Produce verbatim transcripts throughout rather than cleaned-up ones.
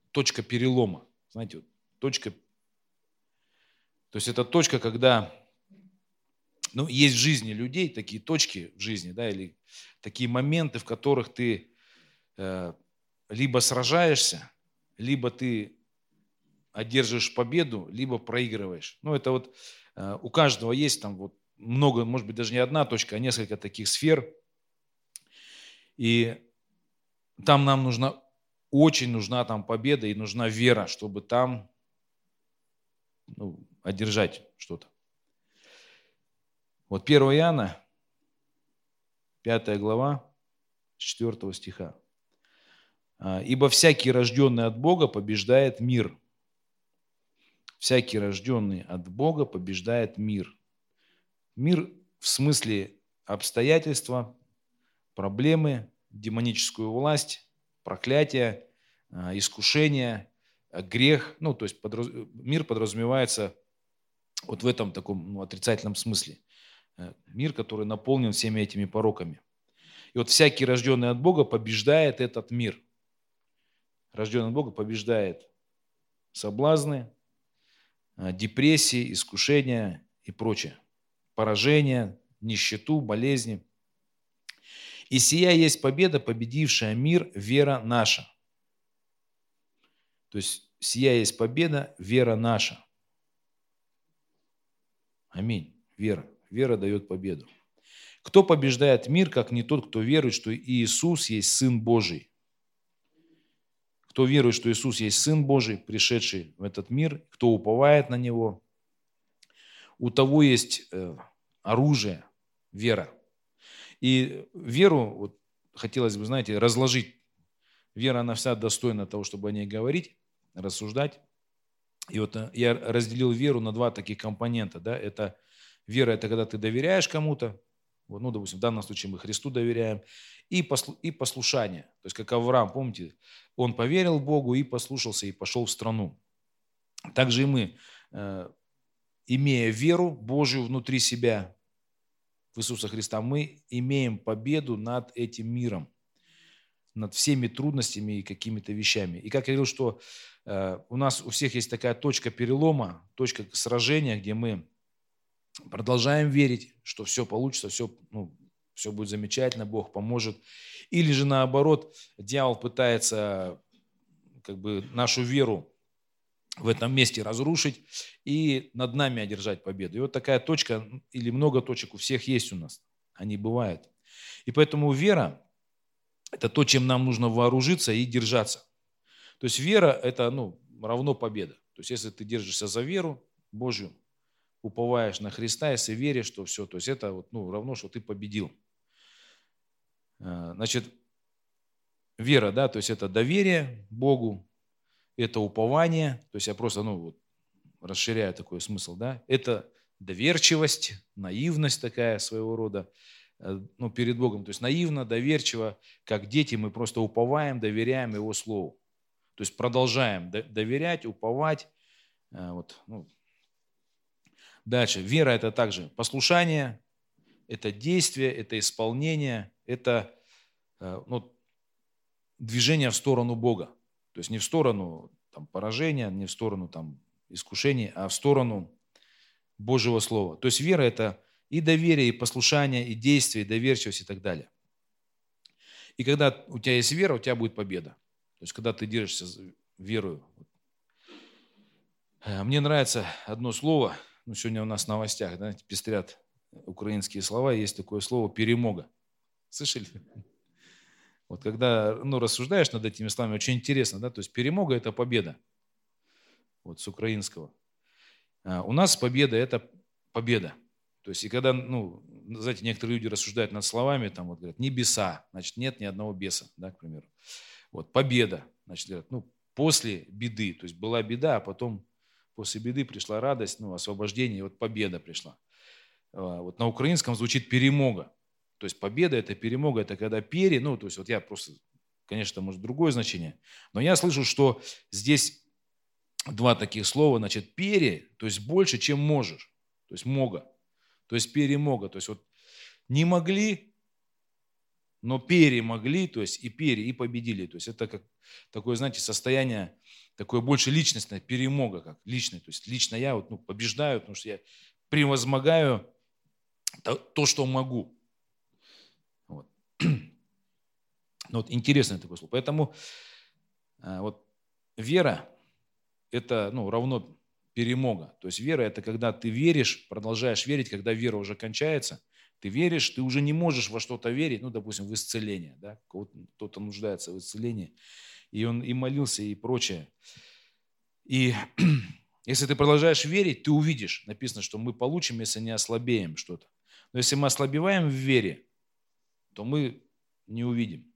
точка перелома. Знаете, вот точка, то есть это точка, когда, ну, есть в жизни людей такие точки в жизни, да, или такие моменты, в которых ты э, либо сражаешься, либо ты одерживаешь победу, либо проигрываешь. Ну, это вот э, у каждого есть там вот много, может быть, даже не одна точка, а несколько таких сфер. И там нам нужна, очень нужна там победа и нужна вера, чтобы там, ну, одержать что-то. Вот первое Иоанна, пятая глава, с четвёртого стиха. «А, «Ибо всякий, рожденный от Бога, побеждает мир». Всякий, рожденный от Бога, побеждает мир. Мир в смысле обстоятельства, проблемы, демоническую власть, проклятие, а, искушение, а, грех. Ну, то есть подраз... мир подразумевается вот в этом таком, ну, отрицательном смысле. Э, Мир, который наполнен всеми этими пороками. И вот всякий, рожденный от Бога, побеждает этот мир. Рожденный от Бога побеждает соблазны, а, депрессии, искушения и прочее. Поражение, нищету, болезни. «И сия есть победа, победившая мир, вера наша». То есть сия есть победа, вера наша. Аминь. Вера. Вера дает победу. Кто побеждает мир, как не тот, кто верует, что Иисус есть Сын Божий? Кто верует, что Иисус есть Сын Божий, пришедший в этот мир, кто уповает на Него, у того есть э, оружие, вера. И веру, вот, хотелось бы, знаете, разложить. Вера, она вся достойна того, чтобы о ней говорить, рассуждать. И вот э, я разделил веру на два таких компонента. Да? Это вера, это когда ты доверяешь кому-то, вот, ну, допустим, в данном случае мы Христу доверяем, и, послу, и послушание. То есть, как Авраам, помните, он поверил Богу и послушался, и пошел в страну. Также и мы, э, имея веру Божию внутри себя, в Иисуса Христа, мы имеем победу над этим миром, над всеми трудностями и какими-то вещами. И как я говорил, что э, у нас у всех есть такая точка перелома, точка сражения, где мы продолжаем верить, что все получится, все, ну, все будет замечательно, Бог поможет. Или же наоборот, дьявол пытается как бы нашу веру в этом месте разрушить и над нами одержать победу. И вот такая точка или много точек у всех есть у нас. Они бывают. И поэтому вера – это то, чем нам нужно вооружиться и держаться. То есть вера – это, ну, равно победа. То есть если ты держишься за веру Божью, уповаешь на Христа, если веришь, что все, то есть это вот, ну, равно, что ты победил. Значит, вера, да, то есть это доверие Богу, это упование, то есть я просто, ну, вот, расширяю такой смысл, да, это доверчивость, наивность такая своего рода, э, ну, перед Богом, то есть наивно, доверчиво, как дети, мы просто уповаем, доверяем Его Слову, то есть продолжаем доверять, уповать, э, вот, ну. Дальше, вера – это также послушание, это действие, это исполнение, это, э, ну, движение в сторону Бога, то есть не в сторону там поражения, не в сторону там искушений, а в сторону Божьего Слова. То есть вера – это и доверие, и послушание, и действие, и доверчивость, и так далее. И когда у тебя есть вера, у тебя будет победа. То есть когда ты держишься верою. Мне нравится одно слово, ну, сегодня у нас в новостях, да, пестрят украинские слова, есть такое слово «перемога». Слышали? Вот когда, ну, рассуждаешь над этими словами, очень интересно, да, то есть перемога – это победа, вот с украинского. А у нас победа – это победа. То есть и когда, ну, знаете, некоторые люди рассуждают над словами, там вот говорят «небеса», значит, нет ни одного беса, да, к примеру. Вот победа, значит, говорят, ну, после беды, то есть была беда, а потом после беды пришла радость, ну, освобождение, и вот победа пришла. Вот на украинском звучит перемога. То есть победа – это перемога, это когда пере, ну, то есть вот я просто, конечно, может, другое значение, но я слышу, что здесь два таких слова, значит, пере, то есть больше, чем можешь, то есть мога, то есть перемога, то есть вот не могли, но перемогли, то есть и пере, и победили. То есть это как такое, знаете, состояние, такое больше личностное, перемога, как личное. То есть лично я вот, ну, побеждаю, потому что я превозмогаю то, то, что могу. Вот. Ну, вот интересное такое слово. Поэтому а, вот вера – это, ну, равно перемога. То есть вера – это когда ты веришь, продолжаешь верить, когда вера уже кончается, ты веришь, ты уже не можешь во что-то верить, ну, допустим, в исцеление, да, кто-то нуждается в исцелении, и он и молился, и прочее. И если ты продолжаешь верить, ты увидишь, написано, что мы получим, если не ослабеем что-то. Но если мы ослабеваем в вере, то мы не увидим.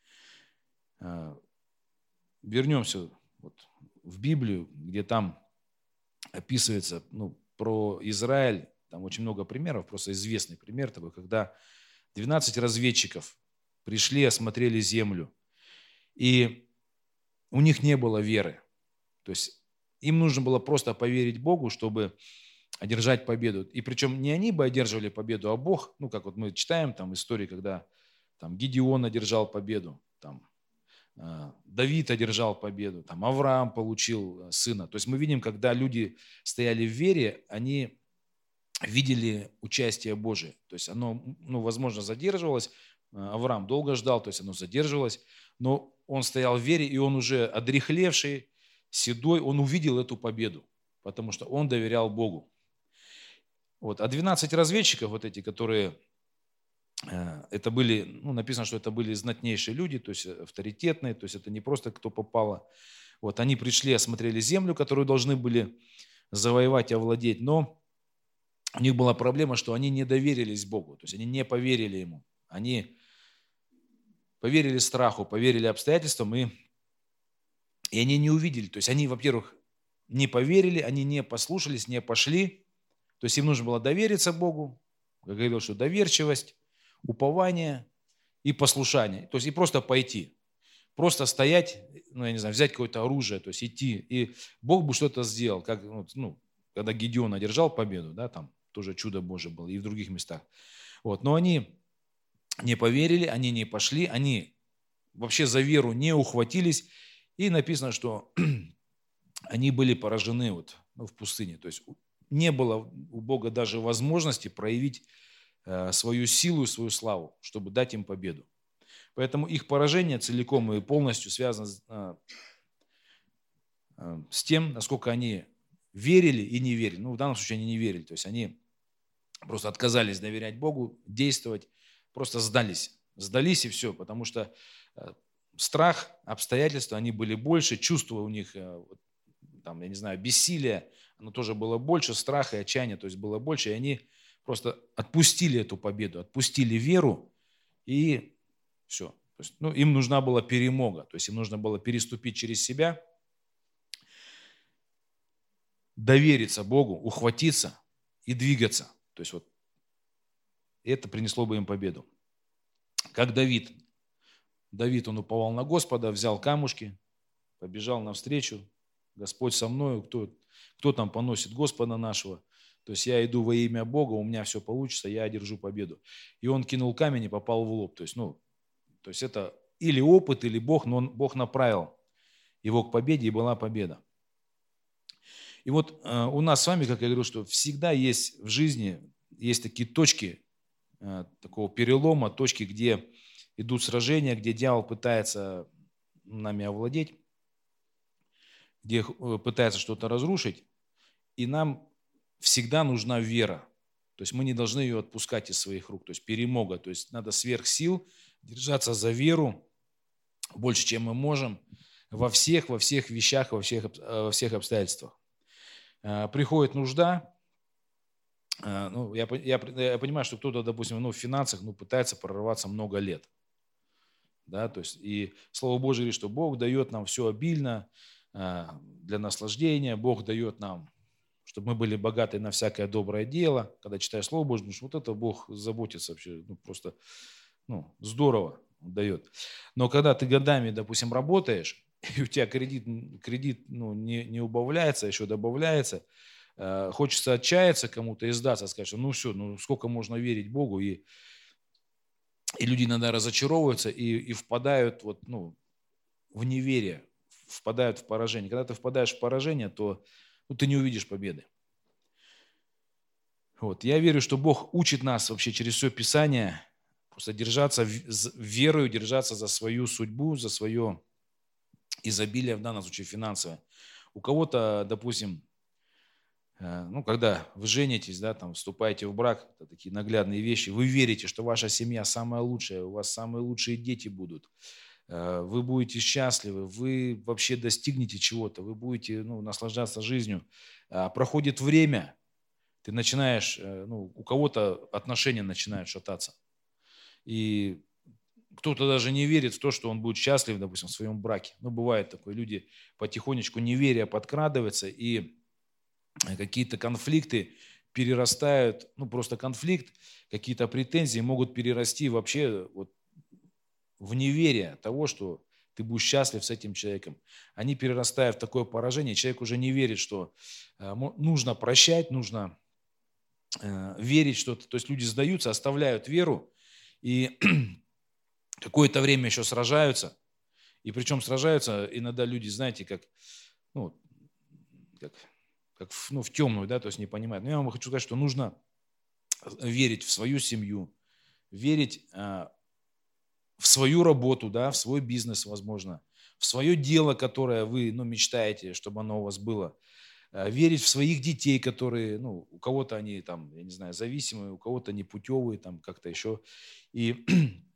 А, Вернемся вот в Библию, где там описывается, ну, про Израиль, там очень много примеров, просто известный пример такой, когда двенадцать разведчиков пришли, осмотрели землю, и у них не было веры. То есть им нужно было просто поверить Богу, чтобы одержать победу. И причем не они бы одерживали победу, а Бог, ну, как вот мы читаем там истории, когда там Гидеон одержал победу, там Давид одержал победу, там Авраам получил сына. То есть мы видим, когда люди стояли в вере, они видели участие Божие. То есть оно, ну, возможно, задерживалось. Авраам долго ждал, то есть оно задерживалось. Но он стоял в вере, и он уже одряхлевший, седой, он увидел эту победу, потому что он доверял Богу. Вот. А двенадцать разведчиков, вот эти, которые это были, ну, написано, что это были знатнейшие люди, то есть авторитетные, то есть это не просто кто попало. Вот они пришли, осмотрели землю, которую должны были завоевать и овладеть, но у них была проблема, что они не доверились Богу, то есть они не поверили Ему. Они поверили страху, поверили обстоятельствам, и, и они не увидели. То есть они, во-первых, не поверили, они не послушались, не пошли. То есть им нужно было довериться Богу, как говорил, что доверчивость, упование и послушание. То есть и просто пойти. Просто стоять, ну, я не знаю, взять какое-то оружие, то есть идти. И Бог бы что-то сделал, как, ну, когда Гидеон одержал победу, да, там тоже чудо Божие было, и в других местах. Вот. Но они не поверили, они не пошли, они вообще за веру не ухватились. И написано, что они были поражены вот, ну, в пустыне. То есть не было у Бога даже возможности проявить свою силу и свою славу, чтобы дать им победу. Поэтому их поражение целиком и полностью связано с тем, насколько они верили и не верили. Ну, в данном случае они не верили, то есть они просто отказались доверять Богу, действовать, просто сдались. Сдались и все, потому что страх, обстоятельства, они были больше, чувства у них, там, я не знаю, бессилие, оно тоже было больше, страха и отчаяния, то есть было больше, и они просто отпустили эту победу, отпустили веру, и все. То есть, ну, им нужна была перемога, то есть им нужно было переступить через себя, довериться Богу, ухватиться и двигаться. То есть вот это принесло бы им победу. Как Давид. Давид, он уповал на Господа, взял камушки, побежал навстречу. Господь со мною, кто, кто там поносит Господа нашего. То есть я иду во имя Бога, у меня все получится, я одержу победу. И он кинул камень и попал в лоб. То есть, ну, то есть это или опыт, или Бог, но он, Бог направил его к победе, и была победа. И вот э, у нас с вами, как я говорил, что всегда есть в жизни, есть такие точки э, такого перелома, точки, где идут сражения, где дьявол пытается нами овладеть, где пытается что-то разрушить, и нам всегда нужна вера. То есть мы не должны ее отпускать из своих рук, то есть перемога, то есть надо сверх сил держаться за веру больше, чем мы можем, во всех, во всех вещах, во всех, во всех обстоятельствах. Приходит нужда, ну, я, я, я понимаю, что кто-то, допустим, ну, в финансах, ну, пытается прорваться много лет. Да, то есть, и Слово Божие говорит, что Бог дает нам все обильно для наслаждения, Бог дает нам, чтобы мы были богаты на всякое доброе дело. Когда читаешь Слово Божие, думаешь, вот это Бог заботится вообще, ну, просто, ну, здорово дает. Но когда ты годами, допустим, работаешь, и у тебя кредит, кредит ну, не, не убавляется, а еще добавляется, э, хочется отчаяться кому-то и сдаться, сказать, что ну все, ну сколько можно верить Богу, и И люди иногда разочаровываются и, и впадают вот, ну, в неверие, впадают в поражение. Когда ты впадаешь в поражение, то ну, ты не увидишь победы. Вот. Я верю, что Бог учит нас вообще через все Писание просто держаться в- з- верою, держаться за свою судьбу, за свое изобилие, в данном случае финансовое. У кого-то, допустим, э, ну, когда вы женитесь, да, там, вступаете в брак, это такие наглядные вещи, вы верите, что ваша семья самая лучшая, у вас самые лучшие дети будут, э, вы будете счастливы, вы вообще достигнете чего-то, вы будете, ну, наслаждаться жизнью. А проходит время, ты начинаешь, э, ну, у кого-то отношения начинают шататься. И кто-то даже не верит в то, что он будет счастлив, допустим, в своем браке. Ну, бывает такое, люди потихонечку неверие подкрадываются, и какие-то конфликты перерастают, ну, просто конфликт, какие-то претензии могут перерасти вообще вот в неверие того, что ты будешь счастлив с этим человеком. Они перерастают в такое поражение, человек уже не верит, что э, мо- нужно прощать, нужно э, верить что-то. То есть люди сдаются, оставляют веру и какое-то время еще сражаются. И причем сражаются иногда люди, знаете, как, ну, как, как в, ну, в темную, да, то есть не понимают. Но я вам хочу сказать, что нужно верить в свою семью, верить а, в свою работу, да, в свой бизнес, возможно, в свое дело, которое вы, ну, мечтаете, чтобы оно у вас было. А, верить в своих детей, которые, ну, у кого-то они там, я не знаю, зависимые, у кого-то непутевые, там как-то еще. И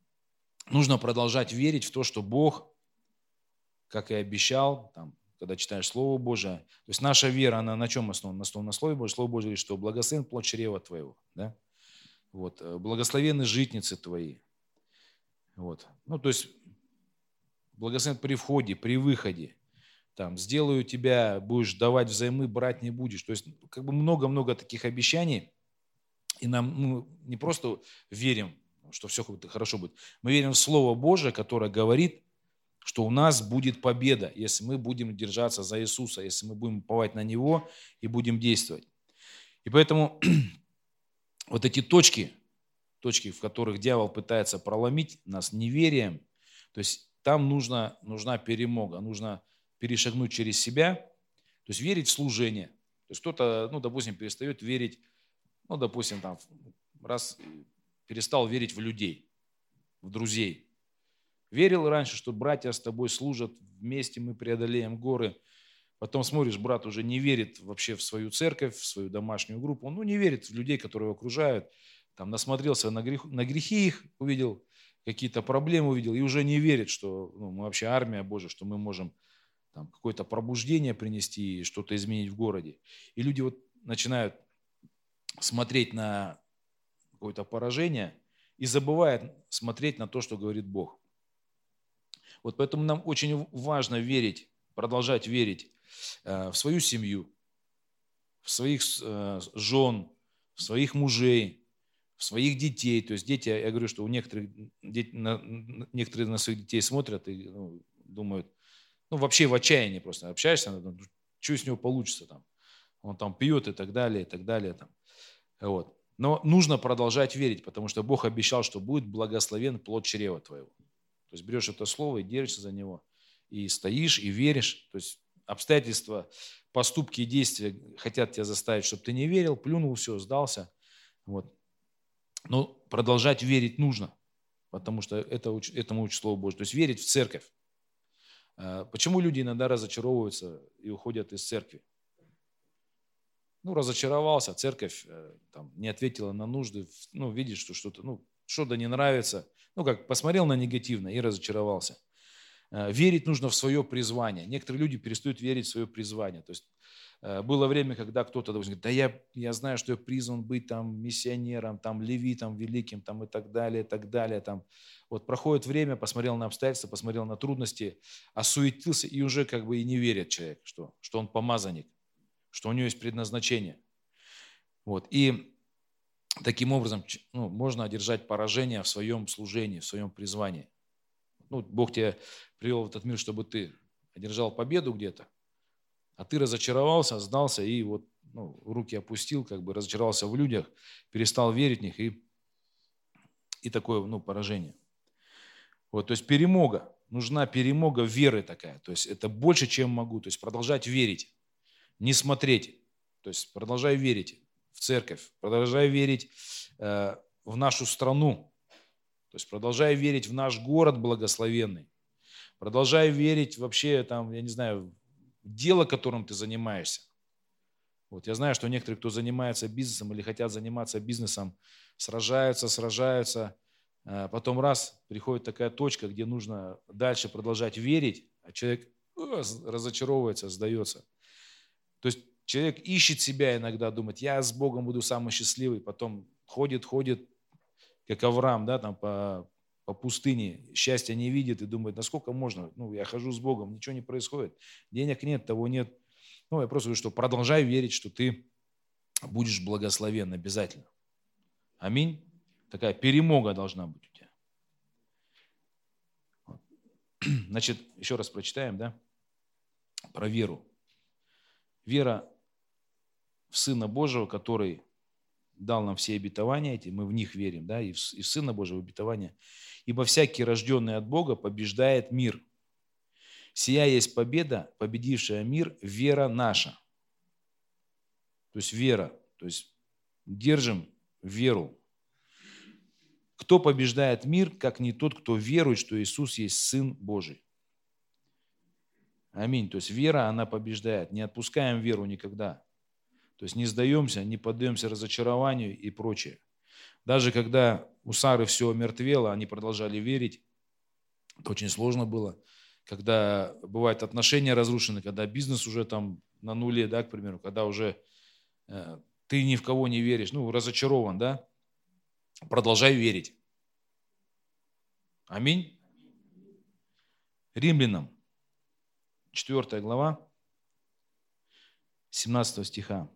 нужно продолжать верить в то, что Бог, как и обещал, там, когда читаешь Слово Божие, то есть наша вера, она на чем основана? Основана на Слове Божьем. Слово Божие говорит, что благословен плод чрева твоего, да? Вот, э, благословенны житницы твои. Вот. Ну, то есть благословен при входе, при выходе. Там, сделаю тебя, будешь давать взаймы, брать не будешь. То есть как бы много-много таких обещаний. И нам ну, не просто верим, что все хорошо будет. Мы верим в Слово Божие, которое говорит, что у нас будет победа, если мы будем держаться за Иисуса, если мы будем уповать на Него и будем действовать. И поэтому вот эти точки, точки, в которых дьявол пытается проломить нас неверием, то есть там нужно, нужна перемога, нужно перешагнуть через себя, то есть верить в служение. То есть кто-то, ну, допустим, перестает верить, ну, допустим, там, раз перестал верить в людей, в друзей. Верил раньше, что братья с тобой служат, вместе мы преодолеем горы. Потом смотришь, брат уже не верит вообще в свою церковь, в свою домашнюю группу. Он ну, не верит в людей, которые его окружают. Там насмотрелся на, грех, на грехи их, увидел какие-то проблемы, увидел, и уже не верит, что ну, мы вообще армия Божия, что мы можем там, какое-то пробуждение принести и что-то изменить в городе. И люди вот начинают смотреть на какое-то поражение и забывают смотреть на то, что говорит Бог. Вот поэтому нам очень важно верить, продолжать верить э, в свою семью, в своих э, жен, в своих мужей, в своих детей. То есть дети, я говорю, что у некоторых дети, на, некоторые на своих детей смотрят и ну, думают, ну вообще в отчаянии просто общаешься, ну, что из него получится там. Он там пьет и так далее, и так далее. Там. Вот. Но нужно продолжать верить, потому что Бог обещал, что будет благословен плод чрева твоего. То есть берешь это слово и держишься за него, и стоишь, и веришь. То есть обстоятельства, поступки и действия хотят тебя заставить, чтобы ты не верил, плюнул, все, сдался. Вот. Но продолжать верить нужно, потому что это, этому учит Слово Божье. То есть верить в церковь. Почему люди иногда разочаровываются и уходят из церкви? Ну, разочаровался, церковь э, там, не ответила на нужды, ну, видит, что что-то, ну, что-то не нравится. Ну, как, посмотрел на негативно и разочаровался. Э, Верить нужно в свое призвание. Некоторые люди перестают верить в свое призвание. То есть э, было время, когда кто-то допустим, говорит, да я, я знаю, что я призван быть там миссионером, там левитом великим, там и так далее, и так далее. Там. Вот проходит время, посмотрел на обстоятельства, посмотрел на трудности, осуетился и уже как бы и не верит человек, что, что он помазанник, что у него есть предназначение. Вот. И таким образом ну, можно одержать поражение в своем служении, в своем призвании. Ну, Бог тебя привел в этот мир, чтобы ты одержал победу где-то, а ты разочаровался, сдался и вот ну, руки опустил, как бы разочаровался в людях, перестал верить в них и и такое, ну, поражение. Вот, то есть перемога. Нужна перемога веры такая. То есть это больше, чем могу. То есть продолжать верить, не смотреть. То есть продолжай верить в церковь, продолжай верить э, в нашу страну. То есть продолжай верить в наш город благословенный. Продолжай верить вообще, там, я не знаю, в дело, которым ты занимаешься. Вот, я знаю, что некоторые, кто занимается бизнесом или хотят заниматься бизнесом, сражаются, сражаются, а потом раз, приходит такая точка, где нужно дальше продолжать верить, а человек э, разочаровывается, сдается. То есть человек ищет себя иногда, думает, я с Богом буду самый счастливый, потом ходит, ходит, как Авраам, да, там по, по пустыне, счастья не видит и думает, насколько можно, ну, я хожу с Богом, ничего не происходит, денег нет, того нет. Ну, я просто говорю, что продолжай верить, что ты будешь благословен обязательно. Аминь. Такая перемога должна быть у тебя. Значит, еще раз прочитаем, да, про веру. Вера в Сына Божьего, который дал нам все обетования эти, мы в них верим, да, и в, и в Сына Божьего обетования. Ибо всякий, рожденный от Бога, побеждает мир. Сия есть победа, победившая мир, вера наша. То есть вера, то есть держим веру. Кто побеждает мир, как не тот, кто верует, что Иисус есть Сын Божий. Аминь. То есть вера, она побеждает. Не отпускаем веру никогда. То есть не сдаемся, не поддаемся разочарованию и прочее. Даже когда у Сары все омертвело, они продолжали верить. Это очень сложно было. Когда бывают отношения разрушены, когда бизнес уже там на нуле, да, к примеру, когда уже э, ты ни в кого не веришь, ну, разочарован, да, продолжай верить. Аминь. Римлянам, четвёртая глава, семнадцатого стиха.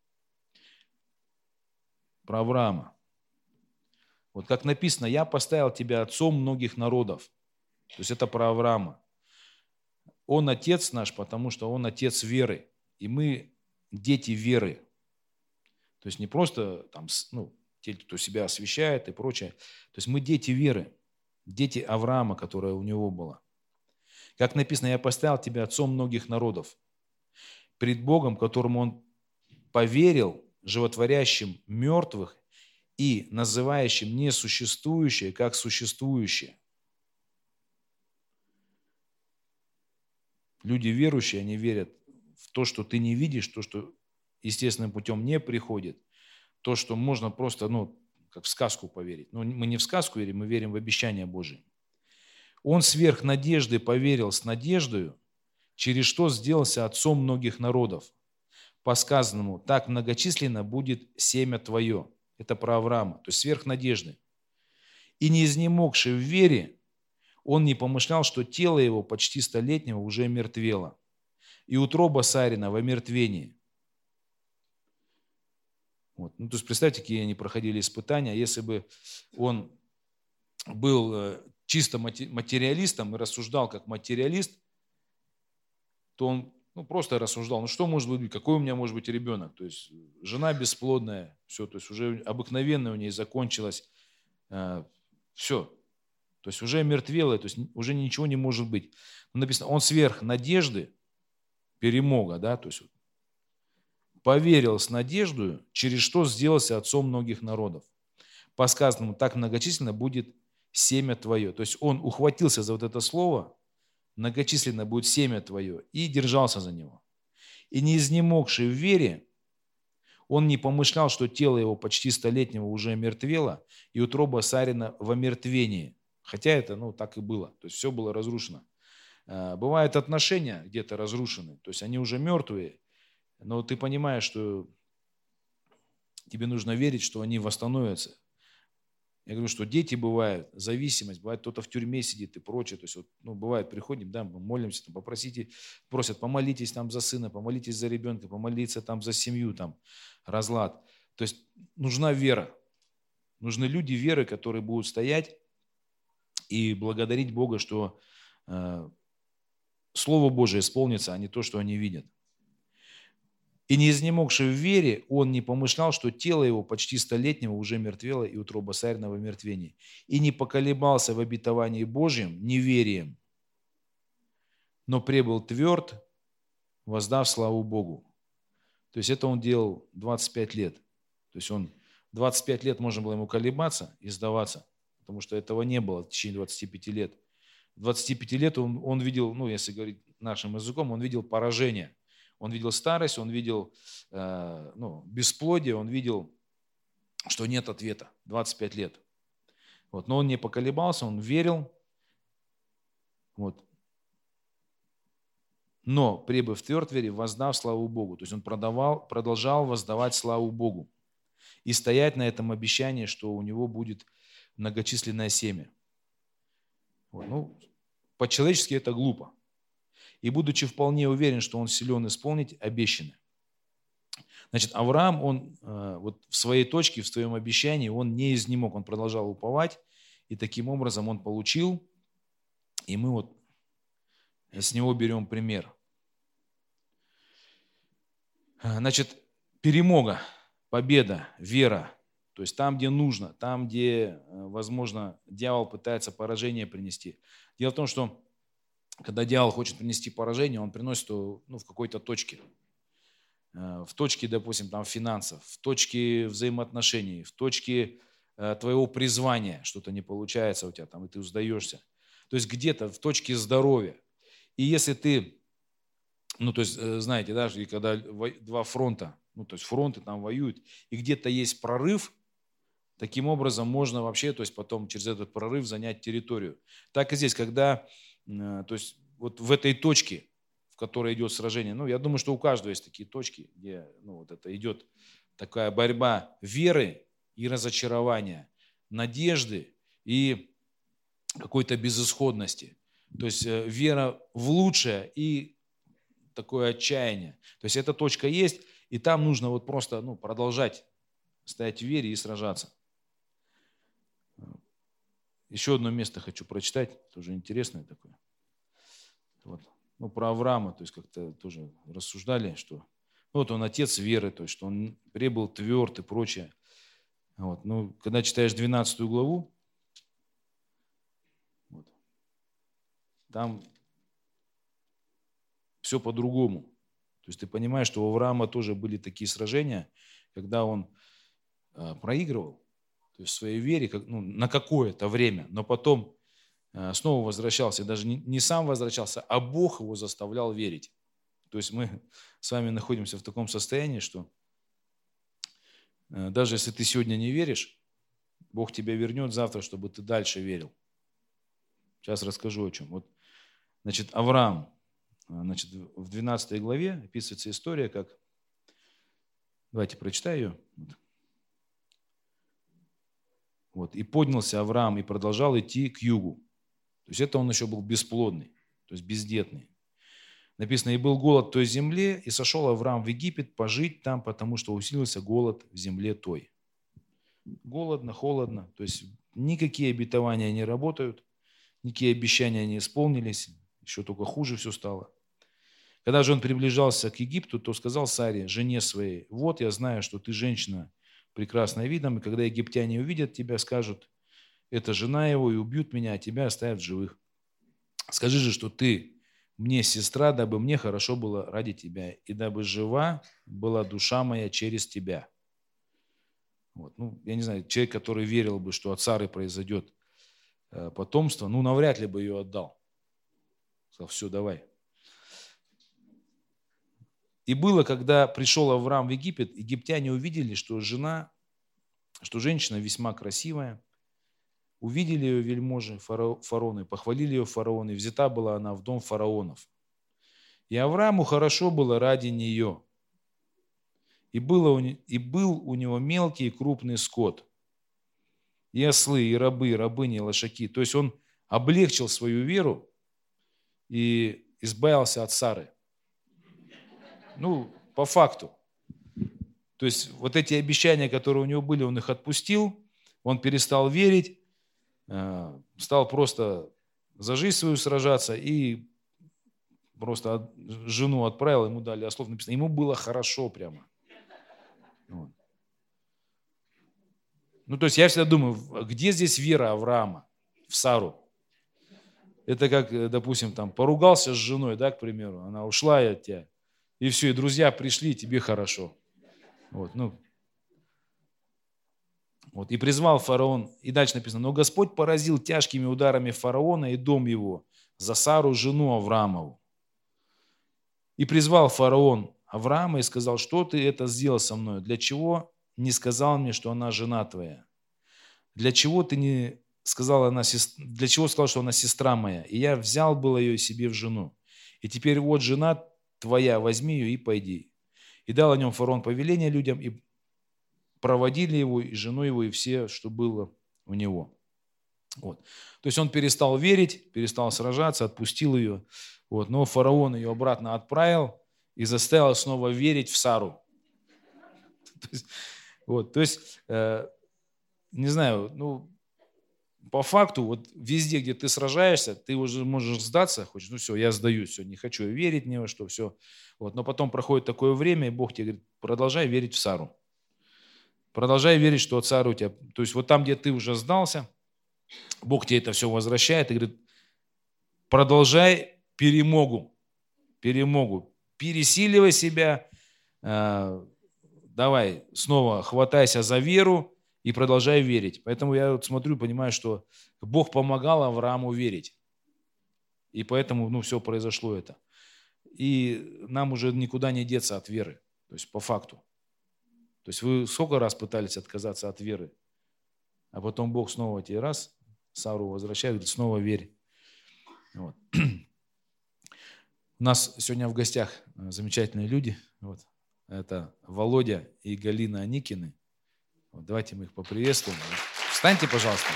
Про Авраама. Вот как написано, я поставил тебя отцом многих народов. То есть это про Авраама. Он отец наш, потому что он отец веры. И мы дети веры. То есть не просто там, ну, те, кто себя освящает и прочее. То есть мы дети веры. Дети Авраама, которая у него была. Как написано, я поставил тебя отцом многих народов. Пред Богом, которому он поверил, животворящим мертвых и называющим несуществующее как существующее. Люди верующие, они верят в то, что ты не видишь, то, что естественным путем не приходит, то, что можно просто, ну, как в сказку поверить. Но мы не в сказку верим, мы верим в обещания Божие. Он сверх надежды поверил с надеждою, через что сделался отцом многих народов. По сказанному, так многочисленно будет семя твое. Это про Авраама, то есть сверх надежды. И не изнемогший в вере, он не помышлял, что тело его почти столетнего уже мертвело, и утроба Сарина в омертвении. Вот. Ну, то есть представьте, какие они проходили испытания. Если бы он был чисто материалистом и рассуждал как материалист, то он ну, просто рассуждал, ну что может быть, какой у меня может быть ребенок? То есть жена бесплодная, все, то есть уже обыкновенная у ней закончилась, э, все. То есть уже мертвелая, то есть уже ничего не может быть. Написано, он сверх надежды, перемога, да, то есть поверил с надеждой, через что сделался отцом многих народов. По сказанному, так многочисленно будет семя твое. То есть он ухватился за вот это слово, многочисленно будет семя твое, и держался за него. И не изнемогший в вере, он не помышлял, что тело его почти столетнего уже мертвело, и утроба Сарина в омертвении. Хотя это, ну, так и было. То есть все было разрушено. Бывают отношения где-то разрушены, то есть они уже мертвые, но ты понимаешь, что тебе нужно верить, что они восстановятся. Я говорю, что дети бывают, зависимость, бывает кто-то в тюрьме сидит и прочее. То есть, вот, ну, бывает, приходим, да, мы молимся, там, попросите, просят, помолитесь там за сына, помолитесь за ребенка, помолиться там за семью, там, разлад. То есть нужна вера. Нужны люди веры, которые будут стоять и благодарить Бога, что э, Слово Божие исполнится, а не то, что они видят. И не изнемогший в вере, он не помышлял, что тело его почти столетнего уже мертвело и утроба сарьного в мертвении. И не поколебался в обетовании Божьем неверием, но пребыл тверд, воздав славу Богу. То есть это он делал двадцать пять лет. То есть он двадцать пять лет можно было ему колебаться и сдаваться, потому что этого не было в течение двадцати пяти лет. В двадцати пяти лет он, он видел, ну если говорить нашим языком, он видел поражение. Он видел старость, он видел э, ну, бесплодие, он видел, что нет ответа. двадцать пять лет. Вот. Но он не поколебался, он верил. Вот. Но, пребыв тверд в вере, воздав славу Богу. То есть он продавал, продолжал воздавать славу Богу. И стоять на этом обещании, что у него будет многочисленное семя. Вот. Ну, по-человечески это глупо. И будучи вполне уверен, что он силен исполнить обещанное. Значит, Авраам, он э, вот в своей точке, в своем обещании, он не изнемог, он продолжал уповать, и таким образом он получил, и мы вот с него берем пример. Значит, перемога, победа, вера, то есть там, где нужно, там, где, возможно, дьявол пытается поражение принести. Дело в том, что когда дьявол хочет принести поражение, он приносит его, ну, в какой-то точке. В точке, допустим, там, финансов, в точке взаимоотношений, в точке твоего призвания, что-то не получается у тебя, там, и ты сдаешься. То есть где-то в точке здоровья. И если ты, ну, то есть, знаете, даже когда два фронта, ну, то есть фронты там воюют, и где-то есть прорыв, таким образом можно вообще, то есть потом через этот прорыв занять территорию. Так и здесь, когда, то есть вот в этой точке, в которой идет сражение, ну, я думаю, что у каждого есть такие точки, где, ну, вот это идет такая борьба веры и разочарования, надежды и какой-то безысходности. То есть вера в лучшее и такое отчаяние. То есть эта точка есть, и там нужно вот просто, ну, продолжать стоять в вере и сражаться. Еще одно место хочу прочитать, тоже интересное такое. Вот. Ну, про Авраама, то есть как-то тоже рассуждали, что ну, вот он отец веры, то есть что он пребыл тверд и прочее. Вот. Ну, когда читаешь двенадцатую главу, вот, там все по-другому. То есть ты понимаешь, что у Авраама тоже были такие сражения, когда он э, проигрывал, то есть в своей вере, как, ну, на какое-то время, но потом э, снова возвращался, и даже не, не сам возвращался, а Бог его заставлял верить. То есть мы с вами находимся в таком состоянии, что э, даже если ты сегодня не веришь, Бог тебя вернет завтра, чтобы ты дальше верил. Сейчас расскажу о чем. Вот, значит, Авраам, значит, в двенадцатой главе описывается история, как... Давайте прочитаю ее. Вот. «И поднялся Авраам и продолжал идти к югу». То есть это он еще был бесплодный, то есть бездетный. Написано, «И был голод в той земле, и сошел Авраам в Египет пожить там, потому что усилился голод в земле той». Голодно, холодно, то есть никакие обетования не работают, никакие обещания не исполнились, еще только хуже все стало. Когда же он приближался к Египту, то сказал Саре, жене своей, «Вот я знаю, что ты женщина прекрасная видом, и когда египтяне увидят тебя, скажут, это жена его, и убьют меня, а тебя оставят в живых. Скажи же, что ты мне сестра, дабы мне хорошо было ради тебя, и дабы жива была душа моя через тебя». Вот. Ну, я не знаю, человек, который верил бы, что от Сары произойдет потомство, ну, навряд ли бы ее отдал. Сказал, все, давай. И было, когда пришел Авраам в Египет, египтяне увидели, что жена, что женщина весьма красивая. Увидели ее вельможи, фараоны, похвалили ее фараоны, взята была она в дом фараонов. И Аврааму хорошо было ради нее. И, было у, и был у него мелкий и крупный скот, и ослы, и рабы, и рабыни, и лошаки. То есть он облегчил свою веру и избавился от Сары. Ну, по факту. То есть вот эти обещания, которые у него были, он их отпустил, он перестал верить, стал просто за жизнь свою сражаться и просто от, жену отправил, ему дали ослов, написано, ему было хорошо прямо. Вот. Ну, то есть я всегда думаю, где здесь вера Авраама в Сару? Это как, допустим, там поругался с женой, да, к примеру, она ушла от тебя, и все, и друзья пришли, и тебе хорошо. Вот, ну, вот, и призвал фараон, и дальше написано, но Господь поразил тяжкими ударами фараона и дом его за Сару, жену Авраамову. И призвал фараон Авраама и сказал, что ты это сделал со мной? Для чего не сказал мне, что она жена твоя? Для чего ты не сказал, она, для чего сказал, что она сестра моя? И я взял было ее себе в жену. И теперь вот жена твоя, возьми ее и пойди. И дал о нем фараон повеление людям, и проводили его, и жену его, и все, что было у него. Вот. То есть он перестал верить, перестал сражаться, отпустил ее. Вот. Но фараон ее обратно отправил и заставил снова верить в Сару. То есть, вот, то есть э, не знаю, ну, по факту, вот везде, где ты сражаешься, ты уже можешь сдаться, хочешь, ну все, я сдаюсь, все, не хочу верить ни во что, все. Вот. Но потом проходит такое время, и Бог тебе говорит, продолжай верить в Сару. Продолжай верить, что от Сары у тебя... То есть вот там, где ты уже сдался, Бог тебе это все возвращает и говорит, продолжай перемогу, перемогу, пересиливай себя, э, давай снова хватайся за веру и продолжай верить. Поэтому я вот смотрю, понимаю, что Бог помогал Аврааму верить. И поэтому, ну, все произошло это. И нам уже никуда не деться от веры, то есть по факту. То есть вы сколько раз пытались отказаться от веры, а потом Бог снова тебе раз, Сару возвращает, говорит, снова верь. Вот. У нас сегодня в гостях замечательные люди. Вот. Это Володя и Галина Аникины. Вот. Давайте мы их поприветствуем. Встаньте, пожалуйста.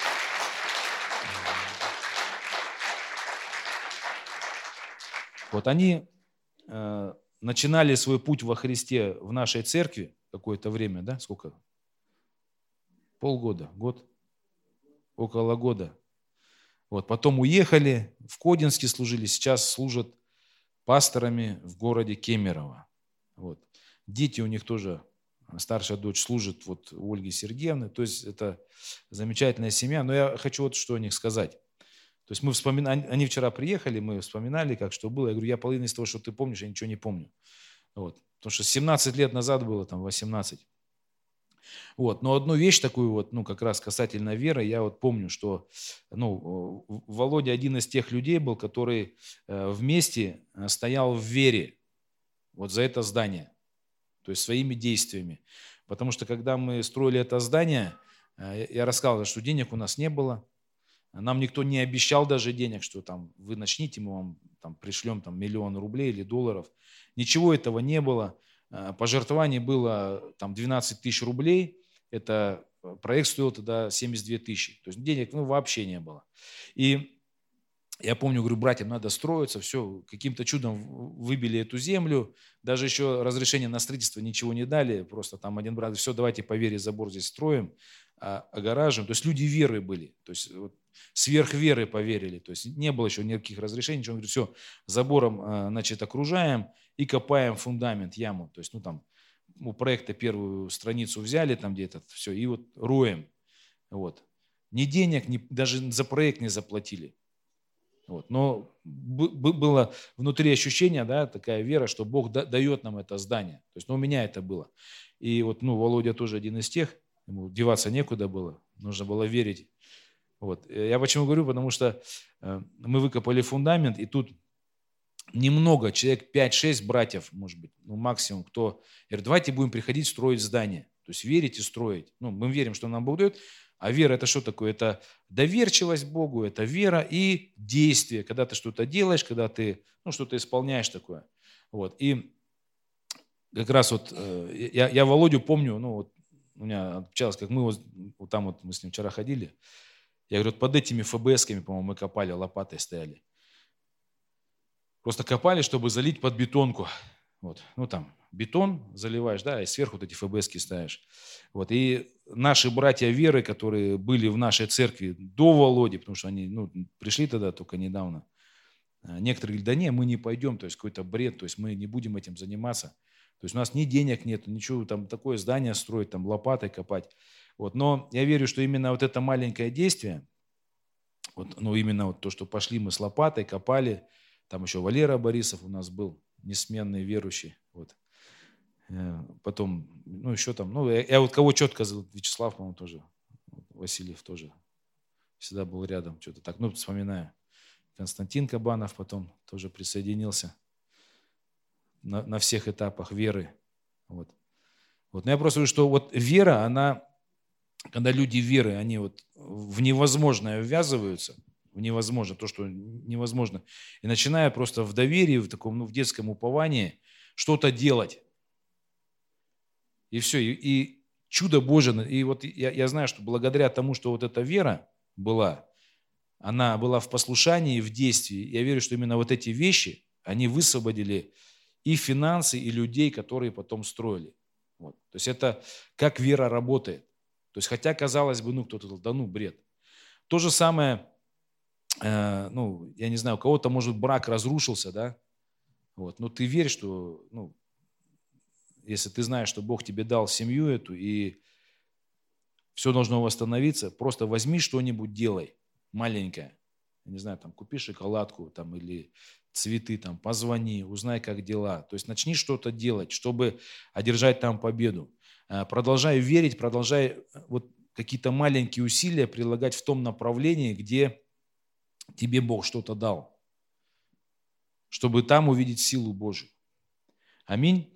Вот они э, начинали свой путь во Христе в нашей церкви какое-то время, да? Сколько? Полгода, год? Около года. Вот. Потом уехали, в Кодинске служили, сейчас служат пасторами в городе Кемерово. Вот. Дети у них тоже, старшая дочь служит вот у Ольги Сергеевны, то есть это замечательная семья. Но я хочу вот что о них сказать. То есть мы вспоминали, они вчера приехали, мы вспоминали, как что было. Я говорю, я половину из того, что ты помнишь, я ничего не помню. Вот. Потому что семнадцать лет назад было, там восемнадцать. Вот. Но одну вещь такую вот, ну, как раз касательно веры, я вот помню, что, ну, Володя один из тех людей был, который вместе стоял в вере вот за это здание, то есть своими действиями. Потому что когда мы строили это здание, я рассказывал, что денег у нас не было, нам никто не обещал даже денег, что там вы начните, мы вам там пришлем там миллион рублей или долларов. Ничего этого не было. Пожертвований было там двенадцать тысяч рублей. Это проект стоил тогда семьдесят две тысячи. То есть денег ну, вообще не было. И я помню, говорю, братьям, надо строиться, все, каким-то чудом выбили эту землю, даже еще разрешение на строительство ничего не дали, просто там один брат, все, давайте по вере забор здесь строим, огораживаем. То есть люди веры были, то есть вот, сверх веры поверили, то есть не было еще никаких разрешений, ничего. Он говорит, все, забором, значит, окружаем и копаем фундамент, яму, то есть, ну там, у проекта первую страницу взяли, там где-то все, и вот роем, вот. Ни денег, ни, даже за проект не заплатили. Вот. Но было внутри ощущение, да, такая вера, что Бог дает нам это здание. То есть, ну, у меня это было. И вот, ну, Володя тоже один из тех, ему деваться некуда было, нужно было верить. Вот. Я почему говорю, потому что мы выкопали фундамент, и тут немного, человек пять-шесть братьев, может быть, ну, максимум, кто говорит, давайте будем приходить строить здание. То есть верить и строить. Ну, мы верим, что нам Бог дает. А вера – это что такое? Это доверчивость Богу, это вера и действие, когда ты что-то делаешь, когда ты ну, что-то исполняешь такое. Вот. И как раз вот я, я Володю помню, ну вот у меня общалось, как мы вот, вот там вот мы с ним вчера ходили, я говорю, вот под этими эф бэ эсками, по-моему, мы копали, лопатой стояли. Просто копали, чтобы залить под бетонку. Вот. Ну там бетон заливаешь, да, и сверху вот эти эф бэ эски ставишь. Вот. И наши братья веры, которые были в нашей церкви до Володи, потому что они ну, пришли тогда только недавно, Некоторые говорят, да не, мы не пойдем, то есть какой-то бред, то есть мы не будем этим заниматься. То есть у нас ни денег нет, ничего, там такое здание строить, там лопатой копать. Вот. Но я верю, что именно вот это маленькое действие, вот, ну именно вот то, что пошли мы с лопатой, копали, там еще Валера Борисов у нас был, несменный верующий. Вот. Потом, ну еще там, ну я, я вот кого четко зовут, Вячеслав, по-моему, тоже, Васильев тоже всегда был рядом, что-то так, ну вспоминаю. Константин Кабанов потом тоже присоединился на, на всех этапах веры. Вот. Вот. Но я просто говорю, что вот вера, она, когда люди веры, они вот в невозможное ввязываются, в невозможно, то, что невозможно, и начинают просто в доверии, в таком, ну, в детском уповании что-то делать. И все, и, и чудо Божие. И вот я, я знаю, что благодаря тому, что вот эта вера была, она была в послушании, в действии, я верю, что именно вот эти вещи, они высвободили и финансы, и людей, которые потом строили. Вот. То есть это как вера работает. То есть хотя, казалось бы, ну кто-то сказал, да ну бред. То же самое, э, ну я не знаю, у кого-то может брак разрушился, да, вот, но ты веришь, что, ну, если ты знаешь, что Бог тебе дал семью эту, и все должно восстановиться, просто возьми что-нибудь, делай, маленькое. Я не знаю, там, купи шоколадку там, или цветы, там, позвони, узнай, как дела. То есть начни что-то делать, чтобы одержать там победу. Продолжай верить, продолжай вот какие-то маленькие усилия прилагать в том направлении, где тебе Бог что-то дал, чтобы там увидеть силу Божию. Аминь.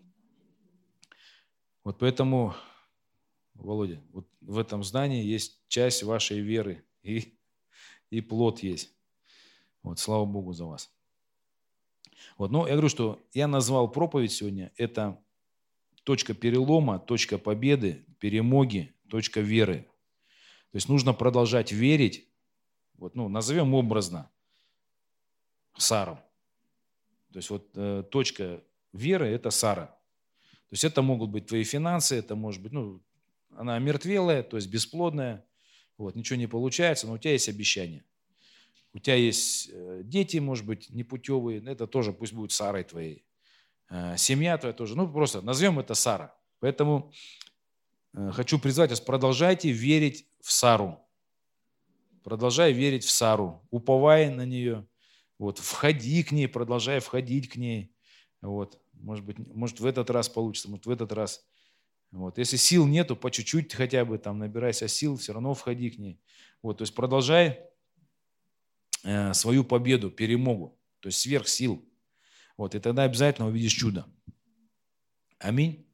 Вот поэтому, Володя, вот в этом здании есть часть вашей веры, и, и плод есть. Вот, слава Богу за вас. Вот, но я говорю, что я назвал проповедь сегодня, это точка перелома, точка победы, перемоги, точка веры. То есть нужно продолжать верить, вот, ну, назовем образно, Сару. То есть вот э, точка веры – это Сара. То есть это могут быть твои финансы, это может быть, ну, она мертвелая, то есть бесплодная, вот, ничего не получается, но у тебя есть обещание. У тебя есть дети, может быть, непутевые, это тоже пусть будет Сарой твоей. Семья твоя тоже, ну просто назовем это Сара. Поэтому хочу призвать вас, продолжайте верить в Сару. Продолжай верить в Сару, уповай на нее, вот, входи к ней, продолжай входить к ней. Вот, может быть, может в этот раз получится, может в этот раз. Вот. Если сил нету, по чуть-чуть хотя бы там набирайся сил, все равно входи к ней. Вот, то есть продолжай э, свою победу, перемогу, то есть сверх сил. Вот, и тогда обязательно увидишь чудо. Аминь.